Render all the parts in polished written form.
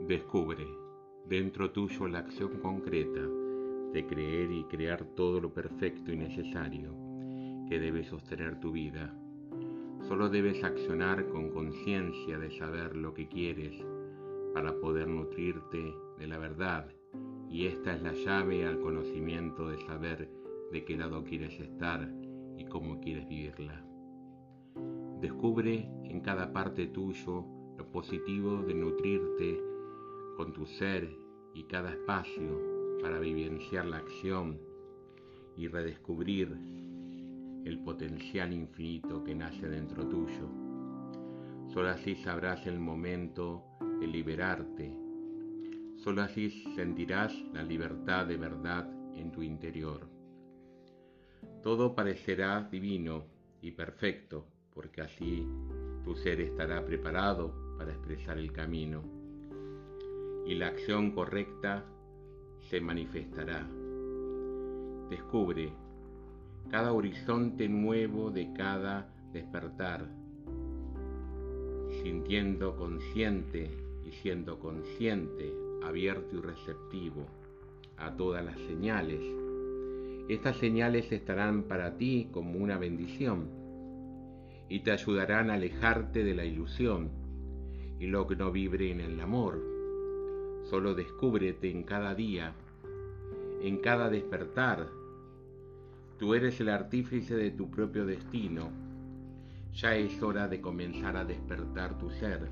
Descubre dentro tuyo la acción concreta de creer y crear todo lo perfecto y necesario que debe sostener tu vida. Solo debes accionar con conciencia de saber lo que quieres para poder nutrirte de la verdad, y esta es la llave al conocimiento de saber de qué lado quieres estar y cómo quieres vivirla. Descubre en cada parte tuyo lo positivo de nutrirte con tu ser y cada espacio para vivenciar la acción y redescubrir el potencial infinito que nace dentro tuyo. Solo así sabrás el momento de liberarte. Solo así sentirás la libertad de verdad en tu interior. Todo parecerá divino y perfecto, porque así tu ser estará preparado para expresar el camino, y la acción correcta se manifestará. Descubre cada horizonte nuevo de cada despertar, sintiendo consciente y siendo consciente, abierto y receptivo a todas las señales. Estas señales estarán para ti como una bendición y te ayudarán a alejarte de la ilusión y lo que no vibre en el amor. Solo descúbrete en cada día, en cada despertar. Tú eres el artífice de tu propio destino. Ya es hora de comenzar a despertar tu ser.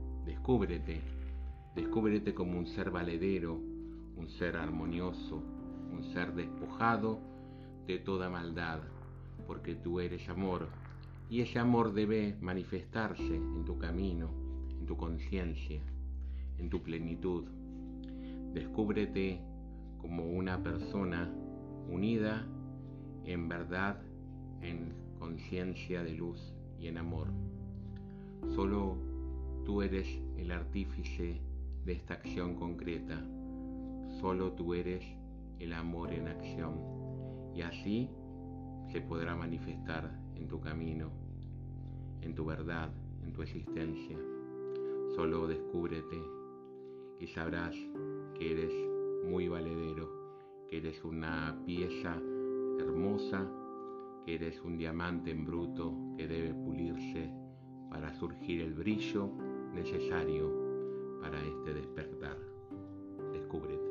Descúbrete como un ser valedero, un ser armonioso, un ser despojado de toda maldad, porque tú eres amor, y ese amor debe manifestarse en tu camino, en tu conciencia, en tu plenitud. Descúbrete como una persona unida en verdad, en conciencia de luz y en amor. Solo tú eres el artífice de esta acción concreta. Solo tú eres el amor en acción. Y así se podrá manifestar en tu camino, en tu verdad, en tu existencia. Solo descúbrete y sabrás que eres muy valedero, que eres una pieza hermosa, que eres un diamante en bruto que debe pulirse para surgir el brillo necesario para este despertar. Descúbrete.